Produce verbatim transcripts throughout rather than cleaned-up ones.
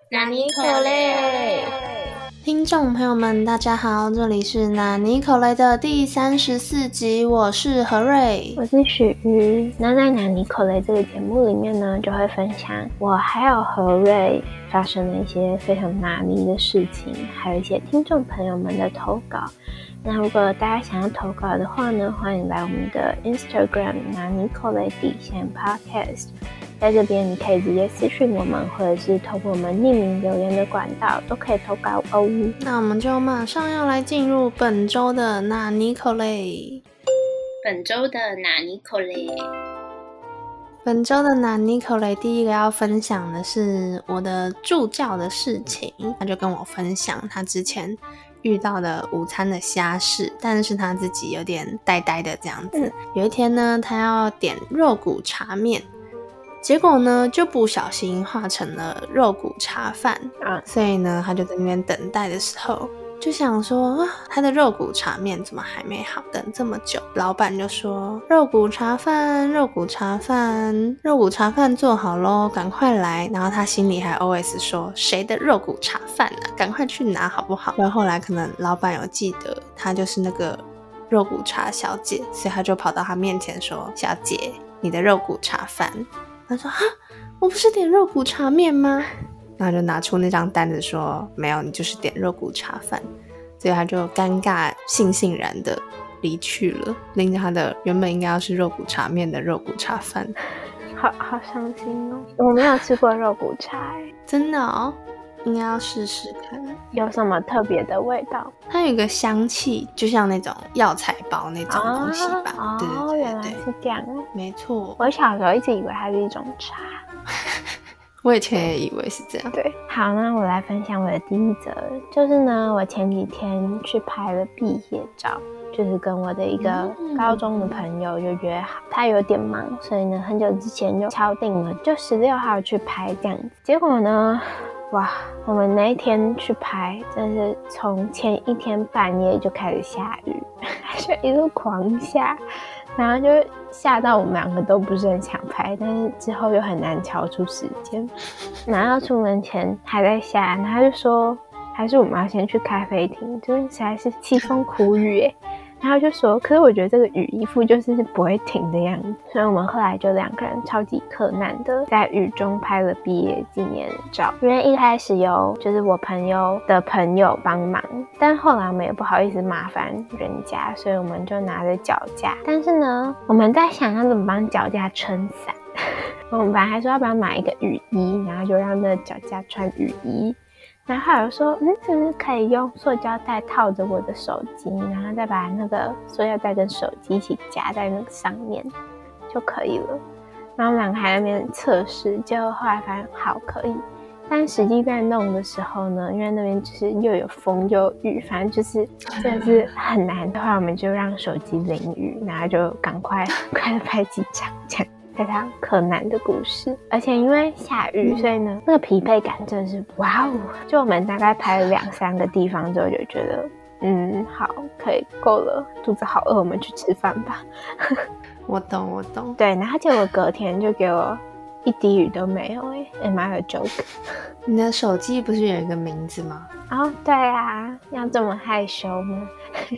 哪尼可雷， 听众朋友们大家好，这里是哪尼可雷的第三十四集，我是何瑞， 我是许瑜。那在哪尼可雷这个节目里面呢，就会分享我还有何瑞发生了一些非常哪尼的事情，还有一些听众朋友们的投稿。那如果大家想要投稿的话呢，欢迎来我们的 Instagram 哪尼可雷底线 Podcast， 在这边你可以直接私讯我们，或者是透过我们匿名留言的管道都可以投稿哦。 那我们就马上要来进入本周的哪尼可雷。 本周的哪尼可雷， 本周的哪尼可雷第一个要分享的是我的助教的事情，他就跟我分享他之前遇到的午餐的瞎事，但是他自己有点呆呆的这样子、嗯、有一天呢，他要点肉骨茶面，结果呢就不小心化成了肉骨茶饭、嗯、所以呢他就在那边等待的时候就想说、啊、他的肉骨茶面怎么还没好，等这么久。老板就说肉骨茶饭肉骨茶饭肉骨茶饭做好咯，赶快来。然后他心里还 O S 说谁的肉骨茶饭啊，赶快去拿好不好。然后后来可能老板有记得他就是那个肉骨茶小姐，所以他就跑到他面前说，小姐你的肉骨茶饭。他说哈，我不是点肉骨茶面吗？然后就拿出那张单子说没有，你就是点肉骨茶饭。所以他就尴尬悻悻然的离去了，拎着他的原本应该要是肉骨茶面的肉骨茶饭。 好好伤心哦，我没有吃过肉骨茶耶。 真的哦，应该要试试看。 有什么特别的味道？ 它有一个香气，就像那种药材包那种东西吧。 哦， 对对对对， 原来是这样。 没错， 我小时候一直以为它是一种茶。 我以前也以为是这样。 对，好，那我来分享我的第一则，就是呢，我前几天去拍了毕业照，就是跟我的一个高中的朋友就约好，他有点忙，所以呢，很久之前就敲定了，就十六号去拍这样子。结果呢，哇，我们那一天去拍，真是从前一天半夜就开始下雨，就一路狂下。然后就下到我们两个都不是很想拍，但是之后又很难瞧出时间。然后出门前还在下，然后他就说还是我们要先去咖啡厅，就是实在是凄风苦雨耶。然后就说可是我觉得这个雨衣服就是不会停的样子，所以我们后来就两个人超级克难的在雨中拍了毕业纪念照。因为一开始有就是我朋友的朋友帮忙，但后来我们也不好意思麻烦人家，所以我们就拿着脚架。但是呢，我们在想要怎么帮脚架撑伞我们本来还说要不要买一个雨衣，然后就让那个脚架穿雨衣。然后还有说，嗯，是不是可以用塑胶袋套着我的手机，然后再把那个塑胶袋跟手机一起夹在那个上面就可以了。然后我们两个还在那边测试，结果后来发现好可以。但实际在弄的时候呢，因为那边就是又有风又有雨，反正就是真的是很难。后来我们就让手机淋雨，然后就赶快快的拍几张这样。非常可难的故事，而且因为下雨，所以呢，那个疲惫感真的是哇哦！就我们大概拍了两三个地方之后，就觉得嗯，好，可以够了，肚子好饿，我们去吃饭吧。 我懂，我懂。 对，然后结果隔天就给我一滴雨都没有哎 ，Am I a joke？ 你的手机不是有一个名字吗？ 哦，对啊，要这么害羞吗？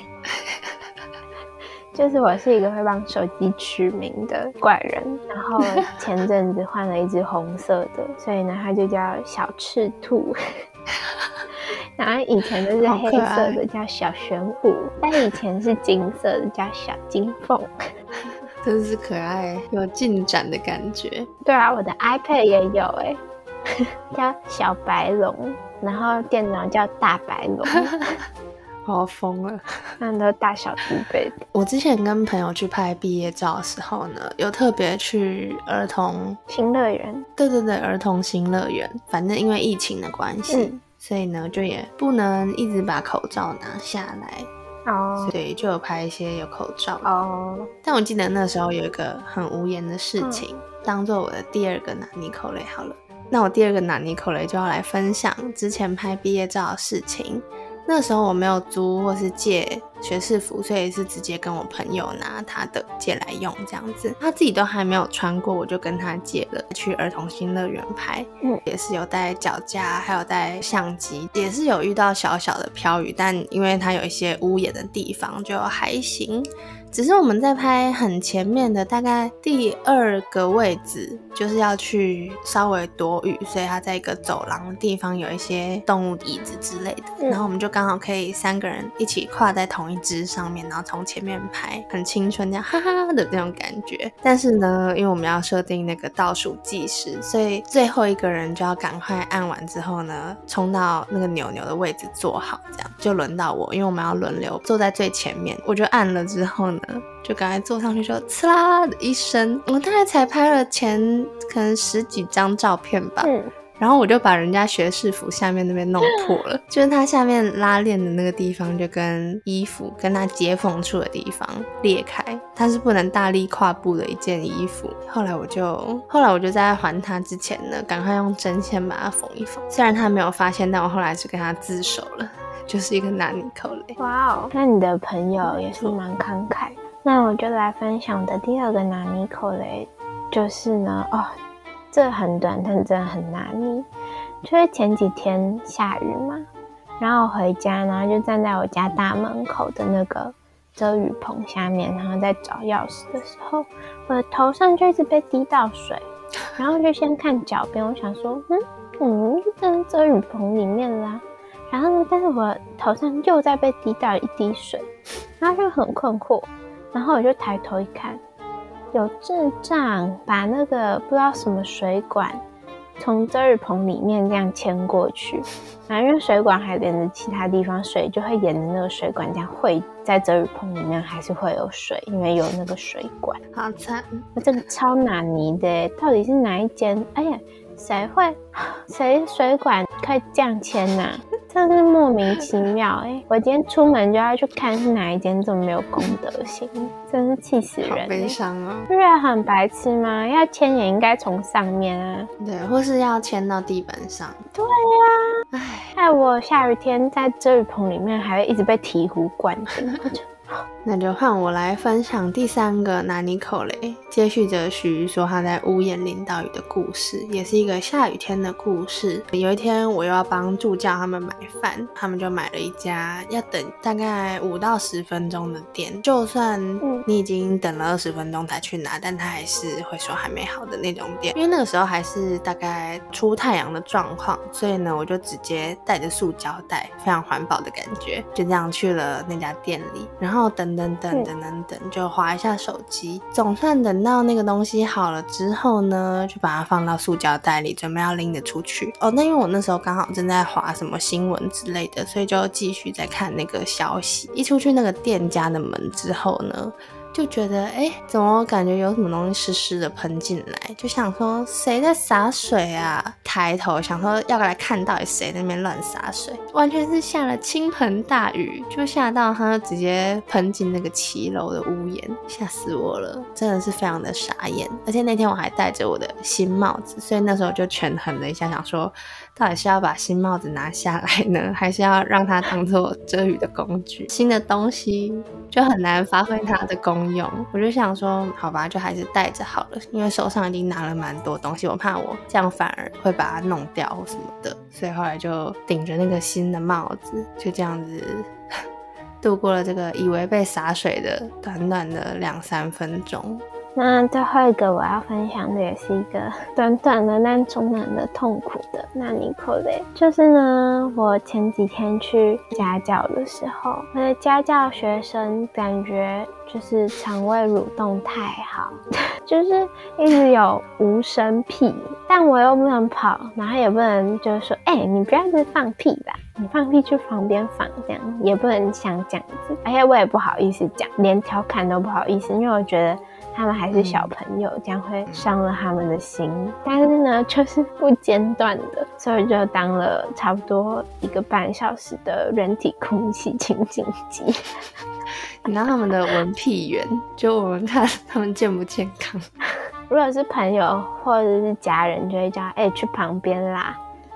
就是我是一个会帮手机取名的怪人，然后前阵子换了一只红色的，所以呢它就叫小赤兔。然后以前都是黑色的叫小玄武，但以前是金色的叫小金凤。 真是可爱，有进展的感觉。 对啊，我的 iPad 也有耶叫小白龙，然后电脑叫大白龙。 好疯了， 那都大小之辈的。 我之前跟朋友去拍毕业照的时候呢，有特别去儿童新乐园， 对对对，儿童新乐园。反正因为疫情的关系、嗯，所以呢就也不能一直把口罩拿下来哦，所以就有拍一些有口罩哦。但我记得那时候有一个很无言的事情，嗯、当做我的第二个哪尼可雷好了。那我第二个哪尼可雷就要来分享之前拍毕业照的事情。那时候我没有租或是借学士服，所以是直接跟我朋友拿他的借来用这样子。他自己都还没有穿过，我就跟他借了，去儿童新乐园拍，嗯，也是有带脚架，还有带相机，也是有遇到小小的飘雨，但因为它有一些屋檐的地方就还行。只是我们在拍很前面的大概第二个位置，就是要去稍微躲雨，所以它在一个走廊的地方有一些动物椅子之类的、嗯、然后我们就刚好可以三个人一起跨在同一只上面，然后从前面拍，很青春这样哈哈的那种感觉。但是呢，因为我们要设定那个倒数计时，所以最后一个人就要赶快按完之后呢，冲到那个扭扭的位置坐好，这样就轮到我，因为我们要轮流坐在最前面。我就按了之后呢，就赶快坐上去，就呲啦的一声，我大概才拍了前可能十几张照片吧、嗯、然后我就把人家学士服下面那边弄破了就是它下面拉链的那个地方就跟衣服跟它接缝处的地方裂开，它是不能大力跨步的一件衣服。后来我就后来我就在还它之前呢，赶快用针线把它缝一缝，虽然他没有发现，但我后来是跟他自首了，就是一个拿尼口雷。 哇哦，那你的朋友也是蛮慷慨的。那我就来分享的第二个拿捏口雷，就是呢，哦，这很短，但真的很拿捏。就是前几天下雨嘛，然后回家，然后就站在我家大门口的那个遮雨棚下面，然后在找钥匙的时候，我的头上就一直被滴到水，然后就先看脚边，我想说，嗯嗯，就在遮雨棚里面啦。然后呢，但是我头上又在被滴到一滴水，然后就很困惑。然后我就抬头一看，有智障把那个不知道什么水管从遮雨棚里面这样牵过去，然后因为水管还连着其他地方，水就会沿着那个水管这样汇在遮雨棚里面，还是会有水，因为有那个水管。 好惨！ 我这个超拿捏的，到底是哪一间？哎呀，谁会谁水管可以这样牵啊？真的是莫名其妙哎、欸！我今天出门就要去看是哪一间这么没有公德心，真是气死人、欸！ 好悲伤哦！ 不是很白痴吗？要牵也应该从上面啊， 对，或是要牵到地板上。 对呀、啊，哎，害我下雨天在遮雨棚里面还会一直被醍醐灌顶。 那就换我来分享第三个拿尼口雷，接续着许说他在屋檐淋到雨的故事，也是一个下雨天的故事。有一天我又要帮助教他们买饭，他们就买了一家要等大概五到十分钟的店，就算你已经等了二十分钟才去拿，但他还是会说还没好的那种店。因为那个时候还是大概出太阳的状况，所以呢我就直接带着塑胶袋，非常环保的感觉，就这样去了那家店里，然后等等等等等等，就滑一下手机，总算等到那个东西好了之后呢，就把它放到塑胶袋里，准备要拎着出去。哦，那因为我那时候刚好正在滑什么新闻之类的，所以就继续在看那个消息。一出去那个店家的门之后呢，就觉得哎，怎么感觉有什么东西湿湿的喷进来，就想说谁在洒水啊？抬头想说要来看到底谁在那边乱洒水，完全是下了倾盆大雨，就下到它直接喷进那个骑楼的屋檐，吓死我了，真的是非常的傻眼。而且那天我还戴着我的新帽子，所以那时候就权衡了一下，想说到底是要把新帽子拿下来呢，还是要让它当做遮雨的工具？新的东西就很难发挥它的功用，我就想说好吧，就还是戴着好了，因为手上已经拿了蛮多东西，我怕我这样反而会把它弄掉或什么的，所以后来就顶着那个新的帽子，就这样子度过了这个以为被洒水的短短的两三分钟。 那最后一个我要分享的也是一个短短的但充满了痛苦的拿尼口雷，就是呢，我前几天去家教的时候，我的家教学生感觉就是肠胃蠕动太好，就是一直有无声屁，但我又不能跑，然后也不能就是说，哎、欸，你不要一直放屁啦，你放屁去旁边放，这样也不能像这样子，而且我也不好意思讲，连调侃都不好意思，因为我觉得他们还是小朋友，这样会伤了他们的心。但是呢，就是不间断的，所以就当了差不多一个半小时的人体空气清净机。 你当他们的闻屁员，就我们看他们健不健康。 如果是朋友或者是家人，就会叫哎、欸、去旁边啦。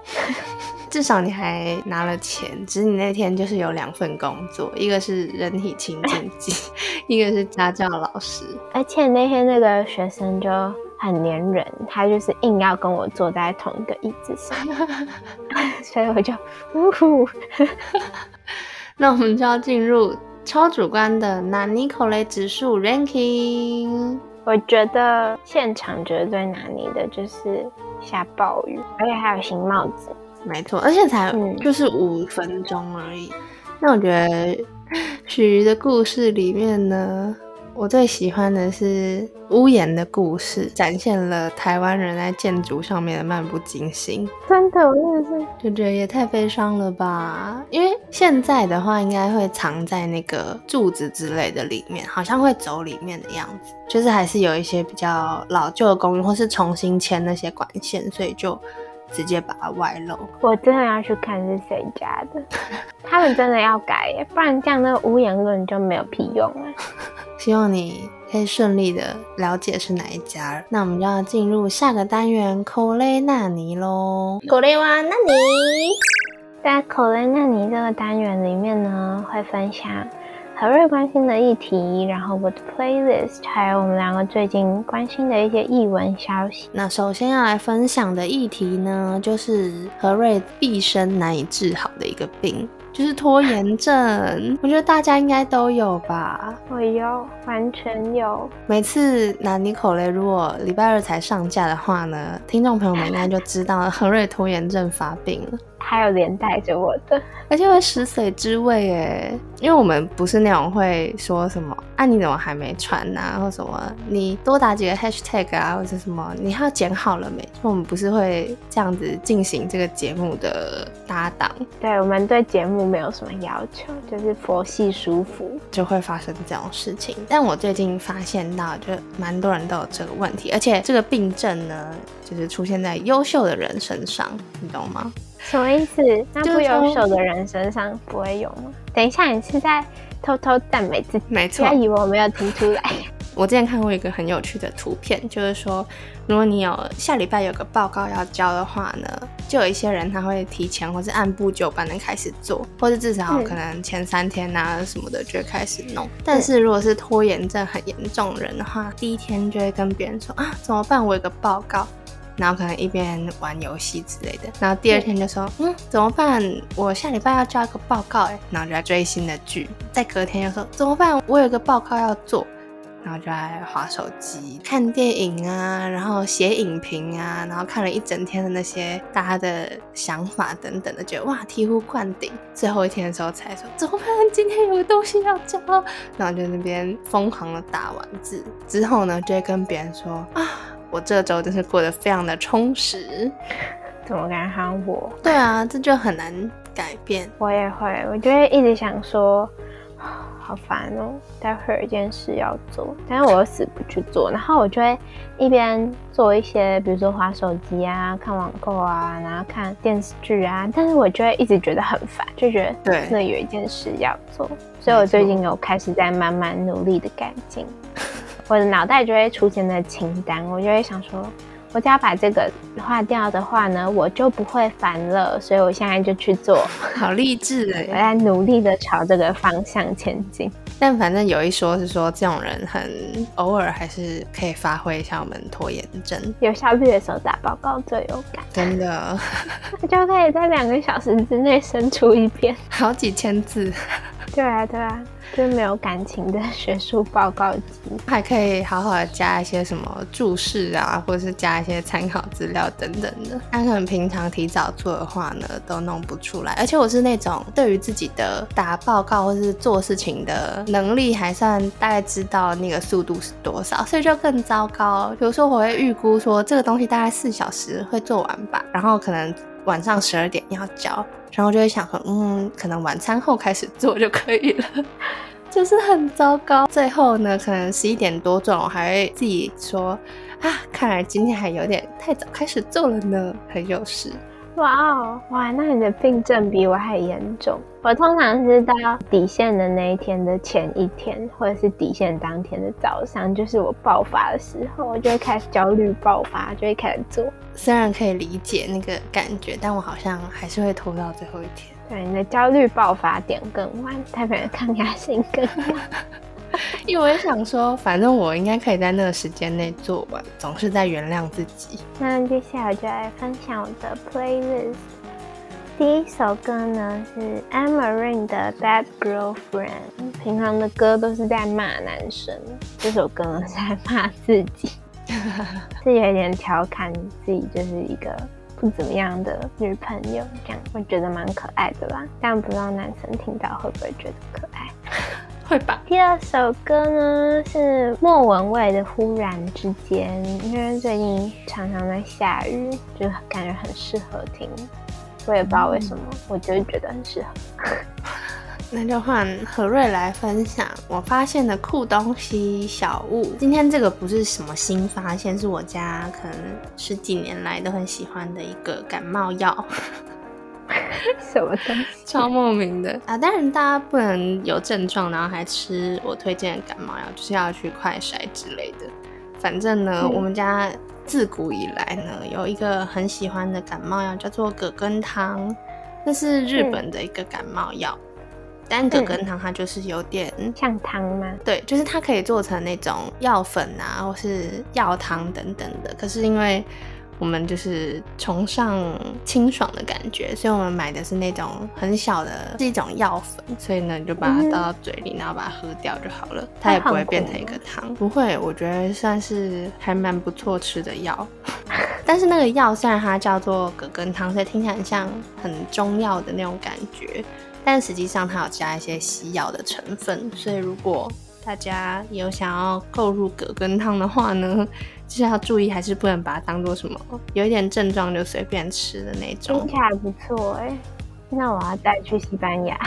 至少你还拿了钱，只是你那天就是有两份工作，一个是人体情境剂，一个是家教老师。 而且那天那个学生就很黏人，他就是硬要跟我坐在同一个椅子上，所以我就呜呼。 那我们就要进入超主观的拿捏口雷指数 ranking。 我觉得现场绝对拿捏的就是下暴雨，而且还有新帽子。 没错，而且才就是五分钟而已。嗯、那我觉得许的故事里面呢，我最喜欢的是屋檐的故事，展现了台湾人在建筑上面的漫不经心。 真的，我真的是就觉得也太悲伤了吧。因为现在的话应该会藏在那个柱子之类的里面，好像会走里面的样子，就是还是有一些比较老旧的公寓或是重新牵那些管线，所以就直接把它外露。 我真的要去看是谁家的，他们真的要改耶，不然这样那个屋檐论就没有屁用了。 希望你可以顺利的了解是哪一家。那我们就要进入下个单元口雷纳尼咯。口雷哇纳尼。 在口雷纳尼这个单元里面呢，会分享何瑞关心的议题，然后我的 playlist， 还有我们两个最近关心的一些艺文消息。 那首先要来分享的议题呢，就是何瑞毕生难以治好的一个病，就是拖延症。我觉得大家应该都有吧。 我有，完全有。 每次拿尼口雷如果礼拜二才上架的话呢，听众朋友们应该就知道何瑞拖延症发病了， 还有连带着我的， 而且会食髓知味耶。因为我们不是那种会说什么啊你怎么还没传啊，或什么你多打几个 hashtag 啊，或者什么你还要剪好了没，我们不是会这样子进行这个节目的搭档。 对，我们对节目没有什么要求，就是佛系舒服就会发生这种事情。但我最近发现到就蛮多人都有这个问题，而且这个病症呢就是出现在优秀的人身上，你懂吗？ 什么意思？那不优秀的人身上不会有吗？等一下，你是在偷偷赞美自己？ 没错， 不要以为我没有听出来。 我之前看过一个很有趣的图片，就是说如果你有下礼拜有个报告要交的话呢，就有一些人他会提前或是按部就班的开始做，或是至少可能前三天啊什么的就会开始弄、嗯、但是如果是拖延症很严重的人的话，第一天就会跟别人说啊怎么办，我有个报告，然后可能一边玩游戏之类的，然后第二天就说 嗯, 嗯怎么办，我下礼拜要交一个报告耶，然后就在追新的剧，再隔天又说怎么办，我有个报告要做，然后就在滑手机看电影啊，然后写影评啊，然后看了一整天的那些大家的想法等等的，觉得哇醍醐灌顶，最后一天的时候才说怎么办，今天有个东西要交，然后就那边疯狂的打完字之后呢，就会跟别人说啊我这周真是过得非常的充实。 怎么敢喊我？ 对啊，这就很难改变。 我也会，我就会一直想说好烦哦，待会有一件事要做，但是我又死不去做，然后我就会一边做一些比如说滑手机啊，看网购啊，然后看电视剧啊，但是我就会一直觉得很烦，就觉得真的有一件事要做，所以我最近有开始在慢慢努力的改进。我的脑袋就会出现那清单，我就会想说我只要把这个划掉的话呢，我就不会烦了，所以我现在就去做。 好励志耶， 我在努力的朝这个方向前进。 但反正有一说是说这种人很偶尔还是可以发挥一下我们拖延症， 有效率的时候打报告最有感， 真的就可以在两个小时之内生出一篇好几千字。 对啊对啊，就是没有感情的学术报告集， 还可以好好的加一些什么注释啊，或者是加一些参考资料等等的。但可能平常提早做的话呢，都弄不出来。而且我是那种对于自己的打报告或是做事情的能力还算大概知道那个速度是多少，所以就更糟糕。比如说我会预估说这个东西大概四小时会做完吧，然后可能晚上十二点要交，然后就会想说嗯，可能晚餐后开始做就可以了，就是很糟糕。最后呢可能十一点多钟我还会自己说啊，看来今天还有点太早开始做了呢，很有事。 哇哦，哇，那你的病症比我还严重。我通常是到底线的那一天的前一天，或者是底线当天的早上，就是我爆发的时候，我就会开始焦虑爆发，就会开始做。 虽然可以理解那个感觉，但我好像还是会拖到最后一天。 对，你的焦虑爆发点更晚，代表抗压性更高。 因为我也想说，反正我应该可以在那个时间内做完，总是在原谅自己。 那接下来我就来分享我的 playlist。第一首歌呢是 Amarin 的 Bad Girlfriend， 平常的歌都是在骂男生，这首歌呢是在骂自己，是有一点调侃自己就是一个不怎么样的女朋友，这样我觉得蛮可爱的啦，但不知道男生听到会不会觉得可爱。 会吧。 第二首歌呢是莫文蔚的《忽然之间》，因为最近常常在下雨，就感觉很适合听。我也不知道为什么，嗯、我就是觉得很适合。 那就换何瑞来分享我发现的酷东西小物。今天这个不是什么新发现，是我家可能十几年来都很喜欢的一个感冒药。 什么东西？ 超莫名的啊！当然大家不能有症状然后还吃我推荐的感冒药，就是要去快筛之类的。反正呢、嗯、我们家自古以来呢有一个很喜欢的感冒药叫做葛根汤，那是日本的一个感冒药、嗯、但葛根汤它就是有点、 嗯、像汤吗？ 对，就是它可以做成那种药粉啊或是药汤等等的，可是因为我们就是崇尚清爽的感觉，所以我们买的是那种很小的，是一种药粉，所以呢你就把它倒到嘴里、嗯、然后把它喝掉就好了，它也不会变成一个汤。不会，我觉得算是还蛮不错吃的药。但是那个药虽然它叫做葛根汤，所以听起来很像很中药的那种感觉，但实际上它有加一些西药的成分，所以如果大家有想要购入葛根汤的话呢，就是要注意，还是不能把它当做什么有一点症状就随便吃的那种。 听起来不错哎，那我要带去西班牙。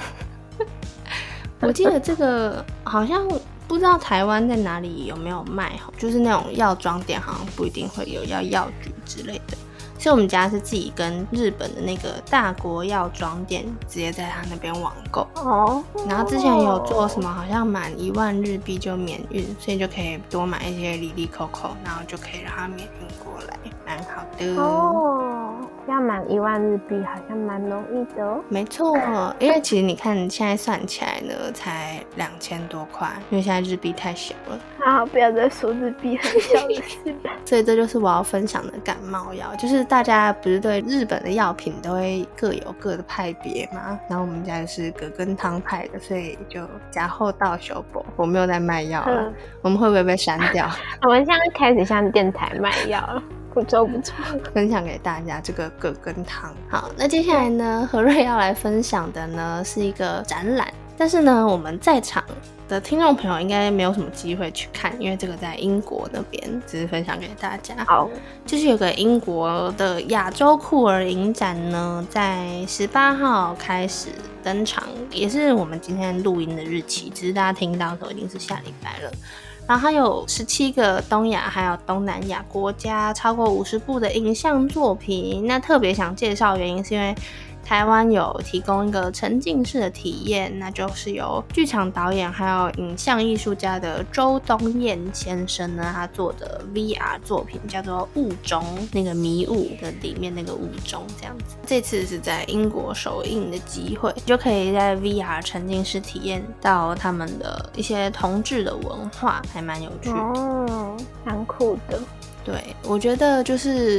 我记得这个好像不知道台湾在哪里有没有卖，就是那种药妆店好像不一定会有，要药局之类的。所以我们家是自己跟日本的那个大国药妆店直接在他那边网购哦。然后之前有做什么，好像满一万日币就免运，所以就可以多买一些里里扣扣，然后就可以让它免运过来，蛮好的哦。要满一万日币好像蛮容易的哦。 没错，因为其实你看现在算起来呢，才两千多块，因为现在日币太小了。 好，不要再说日币很小的事了。 所以这就是我要分享的感冒药，就是大家不是对日本的药品都会各有各的派别吗？然后我们家就是葛根汤派的，所以就加厚道修补。我没有在卖药了、嗯，我们会不会被删掉？ 我们现在开始向电台卖药了。不错不错， 分享给大家这个葛根汤。好，那接下来呢，何瑞要来分享的呢是一个展览，但是呢我们在场的听众朋友应该没有什么机会去看，因为这个在英国那边，只是分享给大家。 好， 就是有个英国的亚洲酷儿影展呢，在十八号开始登场，也是我们今天录音的日期，只是大家听到的时候已经是下礼拜了。然后它有十七个东亚还有东南亚国家，超过五十部的影像作品。那特别想介绍的原因是因为台湾有提供一个沉浸式的体验，那就是由剧场导演还有影像艺术家的周东彦先生呢，他做的 V R 作品叫做雾中，那个迷雾的里面那个雾中这样子。这次是在英国首映的机会，就可以在 V R 沉浸式体验到他们的一些同志的文化，还蛮有趣的哦，蛮酷的。 对，我觉得就是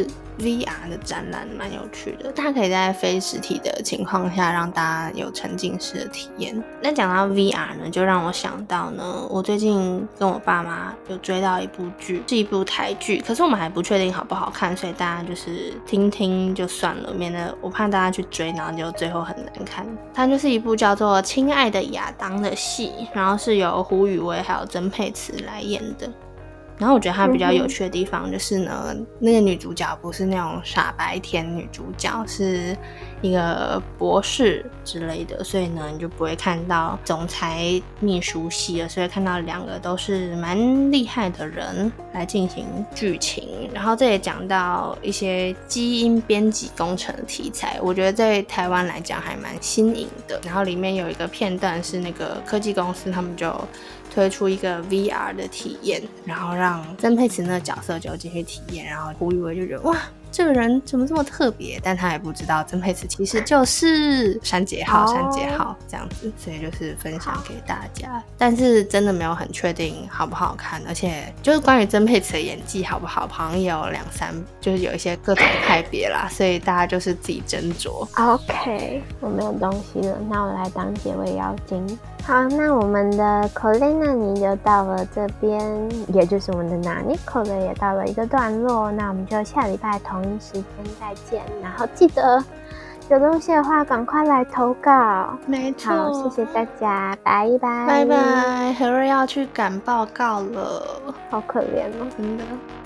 V R 的展览蛮有趣的，它可以在非实体的情况下让大家有沉浸式的体验。那讲到 V R 呢，就让我想到呢，我最近跟我爸妈有追到一部剧，是一部台剧，可是我们还不确定好不好看，所以大家就是听听就算了，免得我怕大家去追然后就最后很难看。它就是一部叫做《亲爱的亚当》的戏，然后是由胡宇威还有曾沛慈来演的。 然后我觉得它比较有趣的地方就是呢，嗯、那个女主角不是那种傻白甜女主角，是一个博士之类的，所以呢你就不会看到总裁秘书系了，所以看到两个都是蛮厉害的人来进行剧情。然后这也讲到一些基因编辑工程的题材，我觉得在台湾来讲还蛮新颖的。然后里面有一个片段是那个科技公司他们就推出一个 V R 的体验，然后让曾沛慈那个角色就进去体验，然后胡宇威就觉得哇，这个人怎么这么特别，但他也不知道曾沛慈其实就是山姐号、oh. 山姐号这样子，所以就是分享给大家。但是真的没有很确定好不好看，而且就是关于曾沛慈的演技好不好，好像也有两三，就是有一些各种派别啦，所以大家就是自己斟酌。 OK， 我没有东西了，那我来当结尾妖精。好，那我们的口雷纳尼就到了这边，也就是我们的纳尼口雷也到了一个段落，那我们就下礼拜同一时间再见，然后记得有东西的话赶快来投稿。 没错， 好，谢谢大家，拜拜， 拜拜。何瑞要去赶报告了， 好可怜哦， 真的。